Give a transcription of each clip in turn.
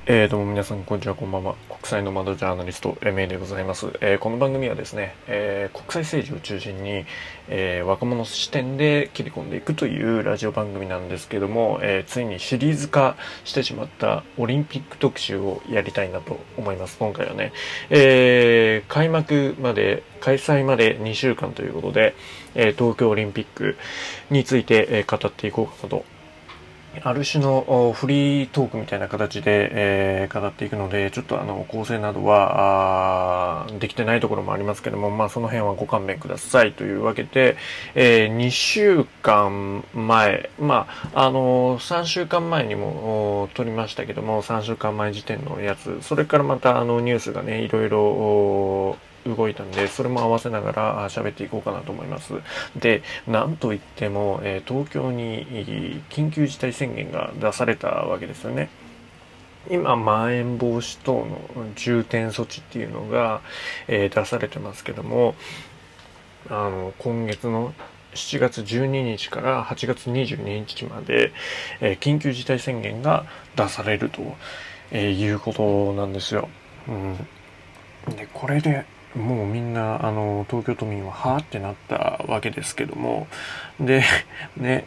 どうも皆さん、こんにちは、こんばんは。国際ノマドジャーナリスト、メイでございます。この番組はですね、国際政治を中心に、若者視点で切り込んでいくというラジオ番組なんですけども、ついにシリーズ化してしまったオリンピック特集をやりたいなと思います。今回はね、開催まで2週間ということで、東京オリンピックについて、語っていこうかなとある種のフリートークみたいな形で、語っていくので、ちょっと構成などはできてないところもありますけども、その辺はご勘弁くださいというわけで、2週間前、3週間前にも撮りましたけども、3週間前時点のやつ、それからまたニュースがね、いろいろ動いたんで、それも合わせながら喋っていこうかなと思います。で、なんといっても、東京に緊急事態宣言が出されたわけですよね。今、まん延防止等の重点措置っていうのが、出されてますけども、今月の7月12日から8月22日まで、緊急事態宣言が出されると、いうことなんですよ。で、これでもうみんな東京都民ははーってなったわけですけども、でね、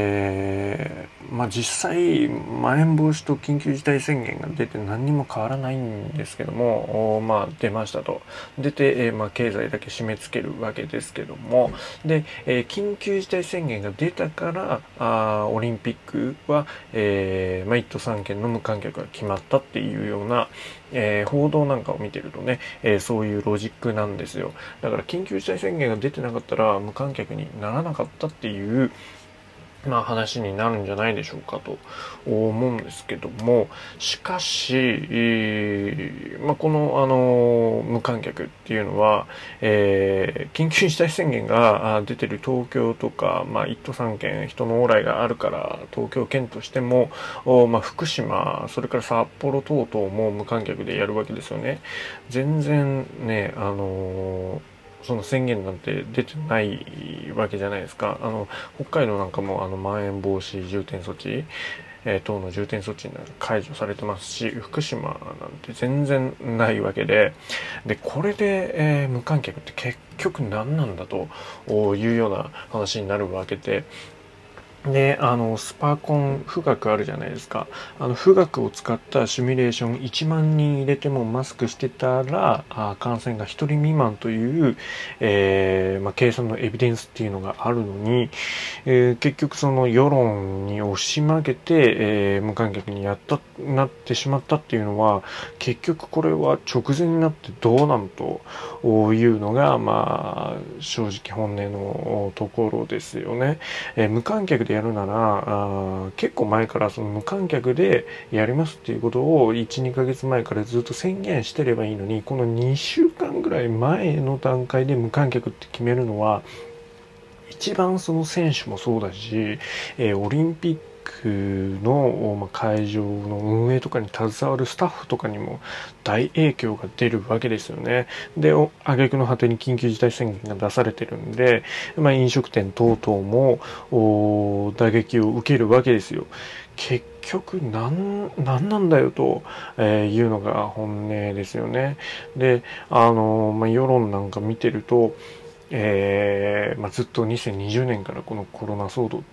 実際まん延防止と緊急事態宣言が出て何にも変わらないんですけども、出ましたと出て、経済だけ締め付けるわけですけども、で、緊急事態宣言が出たからオリンピックは、1都3県の無観客が決まったっていうような、報道なんかを見てるとね、そういうロジックなんですよ。だから緊急事態宣言が出てなかったら無観客にならなかったっていう話になるんじゃないでしょうかと思うんですけども、しかし、この無観客っていうのは、緊急事態宣言が出てる東京とか、1都3県人の往来があるから東京圏としても、福島、それから札幌等々も無観客でやるわけですよね。全然ね、その宣言なんて出てないわけじゃないですか。北海道なんかもまん延防止重点措置、等の重点措置が解除されてますし、福島なんて全然ないわけで、これで、無観客って結局何なんだというような話になるわけで、で、スパコン、富岳あるじゃないですか。富岳を使ったシミュレーション1万人入れてもマスクしてたら、感染が1人未満という、計算のエビデンスっていうのがあるのに、結局その世論に押し負けて、無観客になってしまったっていうのは、結局これは直前になってどうなんというのが、正直本音のところですよね。無観客でやるなら結構前からその無観客でやりますっていうことを1、2ヶ月前からずっと宣言してればいいのに、この2週間ぐらい前の段階で無観客って決めるのは、一番その選手もそうだし、オリンピックの会場の運営とかに携わるスタッフとかにも大影響が出るわけですよね。で、挙句の果てに緊急事態宣言が出されてるんで、飲食店等々も打撃を受けるわけですよ。結局なんなんだよというのが本音ですよね。で、世論なんか見てると、ずっと2020年からこのコロナ騒動って、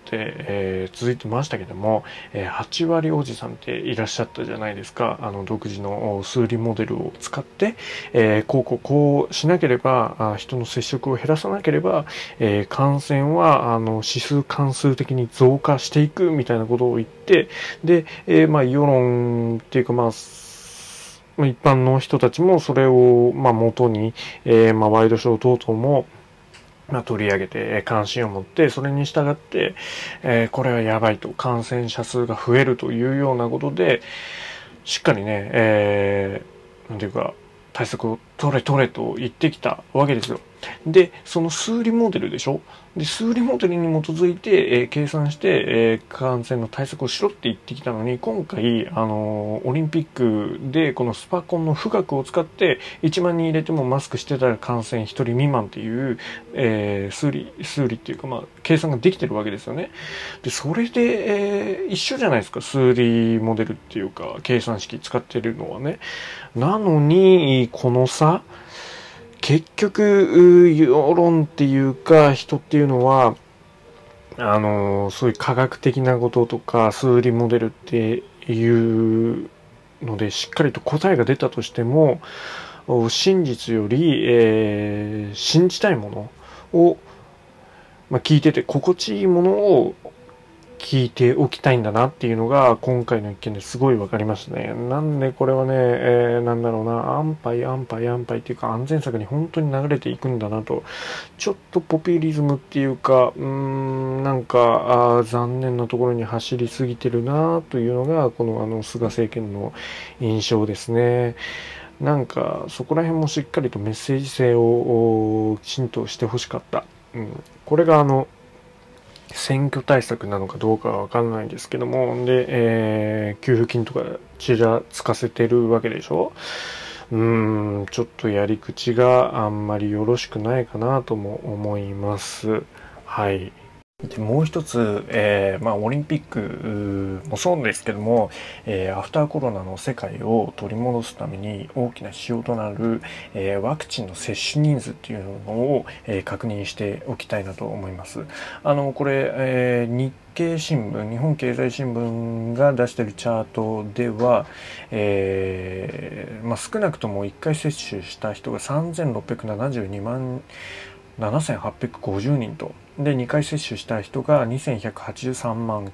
続いてましたけども、8割おじさんっていらっしゃったじゃないですか。独自の数理モデルを使って、こうしなければ、人の接触を減らさなければ、感染は指数関数的に増加していくみたいなことを言って、で、世論っていうか一般の人たちもそれを元に、ワイドショー等々も取り上げて関心を持って、それに従って、これはやばいと、感染者数が増えるというようなことでしっかりね、なんていうか対策を取れ取れと言ってきたわけですよ。で、その数理モデルでしょ。で、数理モデルに基づいて、計算して、感染の対策をしろって言ってきたのに、今回、オリンピックでこのスパコンの富岳を使って1万人入れてもマスクしてたら感染1人未満っていう、数理っていうか、計算ができてるわけですよね。で、それで、一緒じゃないですか。数理モデルっていうか、計算式使ってるのはね。なのに、この差、結局、世論っていうか、人っていうのは、そういう科学的なこととか、数理モデルっていうので、しっかりと答えが出たとしても、真実より、信じたいものを、聞いてて心地いいものを聞いておきたいんだなっていうのが今回の一件ですごい分かりましたね。なんでこれはね、なんだろうな、安牌っていうか安全策に本当に流れていくんだなと、ちょっとポピュリズムっていうか、なんか残念なところに走りすぎてるなというのがこの菅政権の印象ですね。なんかそこら辺もしっかりとメッセージ性をきちんとしてほしかった。これが選挙対策なのかどうかはわかんないですけども、で、給付金とかちらつかせてるわけでしょ。ちょっとやり口があんまりよろしくないかなとも思います。はい。でもう一つ、オリンピックもそうですけども、アフターコロナの世界を取り戻すために大きな指標となる、ワクチンの接種人数っていうのを、確認しておきたいなと思います。これ、日経新聞、日本経済新聞が出しているチャートでは、少なくとも1回接種した人が3672万7850人と、で2回接種した人が2183万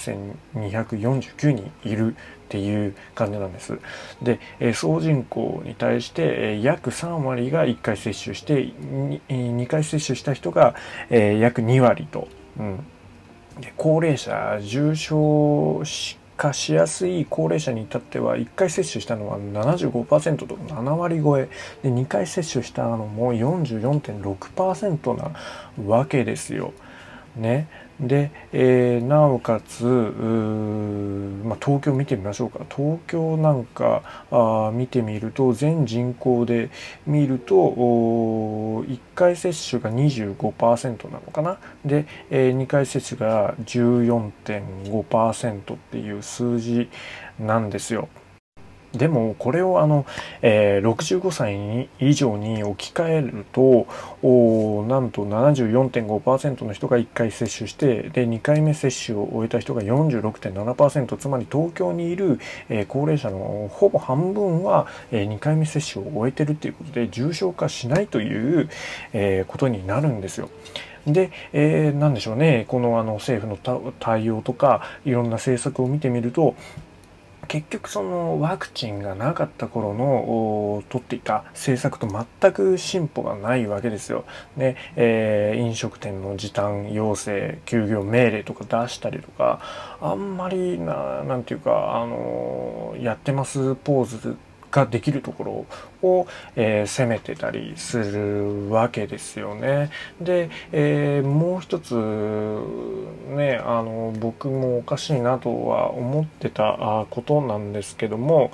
9249人いるっていう感じなんです。で、総人口に対して約3割が1回接種して2回接種した人が約2割と、で高齢者、重症化しやすい高齢者に至っては1回接種したのは 75% と7割超えで、2回接種したのも 44.6% なわけですよ。ね。で、なおかつ東京見てみましょうか。東京なんか見てみると、全人口で見ると1回接種が 25% なのかな。で、2回接種が 14.5% っていう数字なんですよ。でもこれを65歳以上に置き換えるとなんと 74.5% の人が1回接種してで2回目接種を終えた人が 46.7%、 つまり東京にいる、高齢者のほぼ半分は、2回目接種を終えてるっていうことで重症化しないという、ことになるんですよ。で、なんでしょうね、この政府の対応とかいろんな政策を見てみると、結局そのワクチンがなかった頃の取っていた政策と全く進歩がないわけですよ。で、飲食店の時短要請、休業命令とか出したりとか、あんまりなんていうか、やってますポーズができるところを、攻めてたりするわけですよね。で、もう一つね、僕もおかしいなとは思ってたことなんですけども、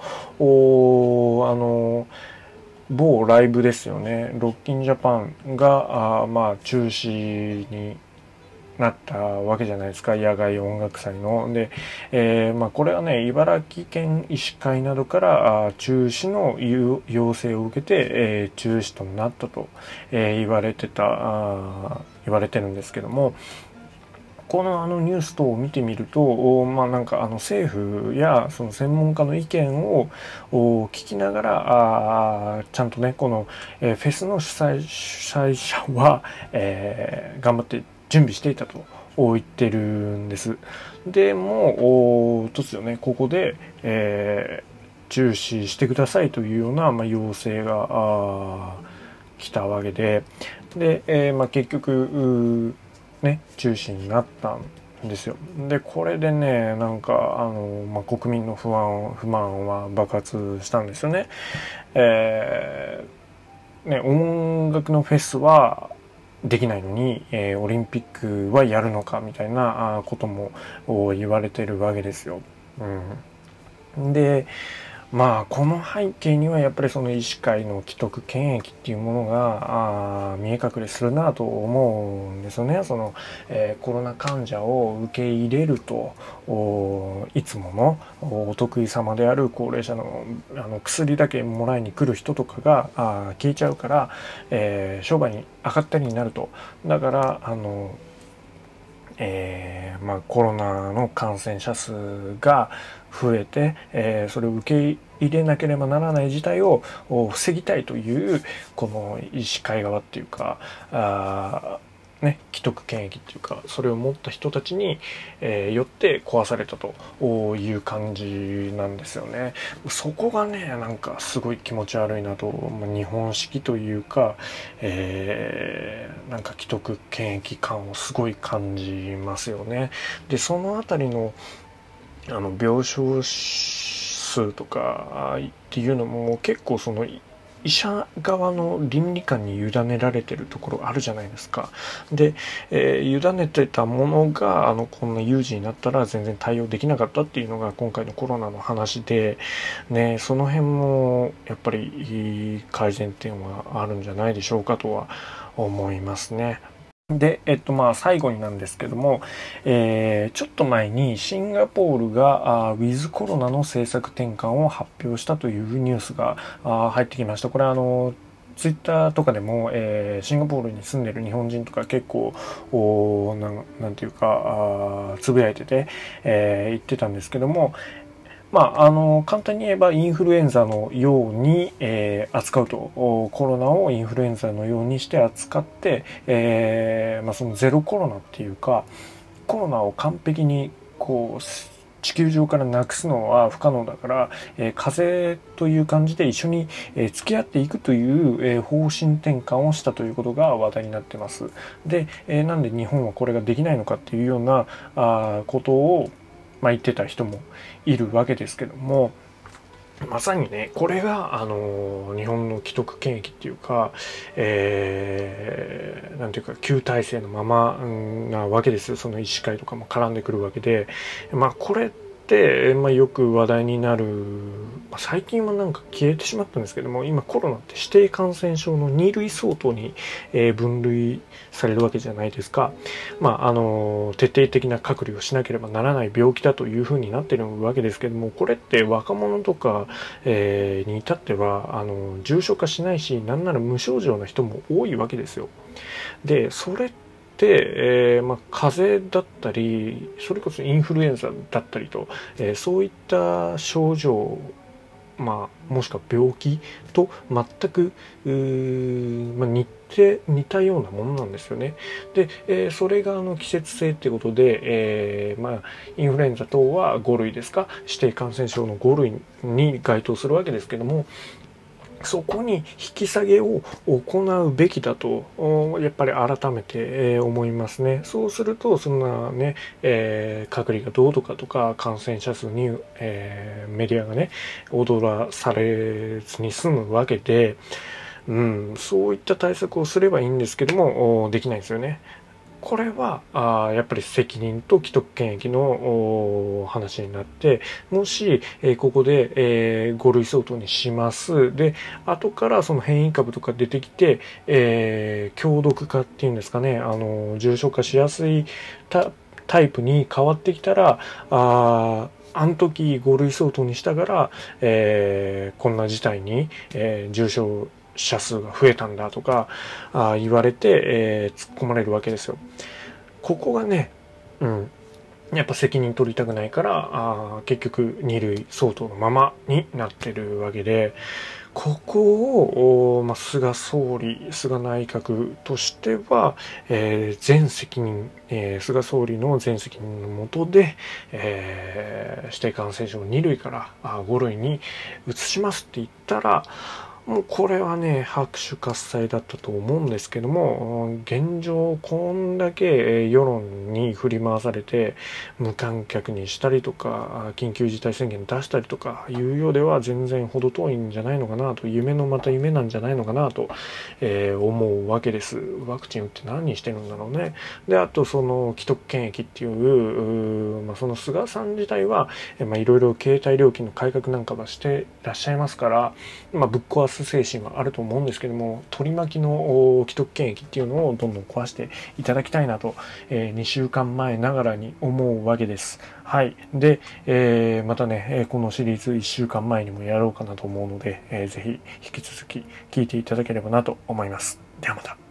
某ライブですよね、ロッキンジャパンが中止になったわけじゃないですか、野外音楽祭の。で、これはね、茨城県医師会などから中止の要請を受けて、中止となったと、言われてるんですけども、このニュース等を見てみると、政府やその専門家の意見を聞きながら、ちゃんとね、この、フェスの主催者は、頑張って準備していたと言ってるんです。でも突如ね、ここで、中止してくださいというような、要請が来たわけで、結局中止になったんですよ。でこれでね、なんか国民の不満は爆発したんですよね。 ね、音楽のフェスはできないのに、オリンピックはやるのかみたいなことも言われてるわけですよ。で、まあこの背景にはやっぱりその医師会の既得権益っていうものが見え隠れするなと思うんですよね。その、コロナ患者を受け入れるといつものお得意様である高齢者の薬だけもらいに来る人とかが消えちゃうから、商売に上がったりになると。だからコロナの感染者数が増えて、それを受け入れなければならない事態を防ぎたいというこの医師会側っていうか既得権益っていうか、それを持った人たちに、よって壊されたという感じなんですよね。そこがね、なんかすごい気持ち悪いなと、日本式というか、なんか既得権益感をすごい感じますよね。で、そのあたりの病床数とかっていうのも結構その医者側の倫理観に委ねられてるところあるじゃないですか。で、委ねてたものがこんな有事になったら全然対応できなかったっていうのが今回のコロナの話で、ね、その辺もやっぱり改善点はあるんじゃないでしょうかとは思いますね。で、最後になんですけども、ちょっと前にシンガポールがウィズコロナの政策転換を発表したというニュースが入ってきました。これツイッターとかでも、シンガポールに住んでる日本人とか結構なんていうかつぶやいてて、言ってたんですけども、簡単に言えばインフルエンザのように、扱うと、コロナをインフルエンザのようにして扱って、そのゼロコロナっていうか、コロナを完璧に地球上からなくすのは不可能だから、風邪という感じで一緒に、付き合っていくという、方針転換をしたということが話題になってます。で、なんで日本はこれができないのかっていうようなことを言ってた人もいるわけですけども、まさにね、これが日本の既得権益っていうか、なんていうか旧体制のままなわけですよ。その医師会とかも絡んでくるわけで、これってよく話題になる、最近はなんか消えてしまったんですけども、今コロナって指定感染症の2類相当に分類されるわけじゃないですか。徹底的な隔離をしなければならない病気だというふうになっているわけですけども、これって若者とか、に至っては重症化しないし、なんなら無症状な人も多いわけですよ。で、それで、風邪だったり、それこそインフルエンザだったりと、そういった症状、もしくは病気と全く似たようなものなんですよね。で、それが季節性ってことで、インフルエンザ等は5類ですか、指定感染症の5類に該当するわけですけども、そこに引き下げを行うべきだとやっぱり改めて思いますね。そうするとそんなね、隔離がどうとか感染者数にメディアがね踊らされずに済むわけで、そういった対策をすればいいんですけどもできないですよね。これはやっぱり責任と既得権益の話になって、もし、ここで、5類相当にします。で、後からその変異株とか出てきて、強毒化っていうんですかね、重症化しやすいタイプに変わってきたら、あの時5類相当にしたから、こんな事態に、重症者数が増えたんだとか言われて、突っ込まれるわけですよ。ここがね、やっぱ責任取りたくないから結局2類相当のままになってるわけで、ここを、菅内閣としては、全責任、菅総理の全責任の下で、指定感染症2類から5類に移しますって言ったら、 もうこれはね、拍手喝采だったと思うんですけども、現状こんだけ世論に振り回されて無観客にしたりとか、緊急事態宣言出したりとかいうようでは全然程遠いんじゃないのかなと、夢のまた夢なんじゃないのかなと、思うわけです。ワクチン打って何してるんだろうね。で、あとその既得権益っていう、その菅さん自体はいろいろ携帯料金の改革なんかはしてらっしゃいますから、ぶっ壊す精神はあると思うんですけども、取り巻きの既得権益っていうのをどんどん壊していただきたいなと、2週間前ながらに思うわけです。はい。で、またね、このシリーズ1週間前にもやろうかなと思うので、ぜひ引き続き聞いていただければなと思います。ではまた。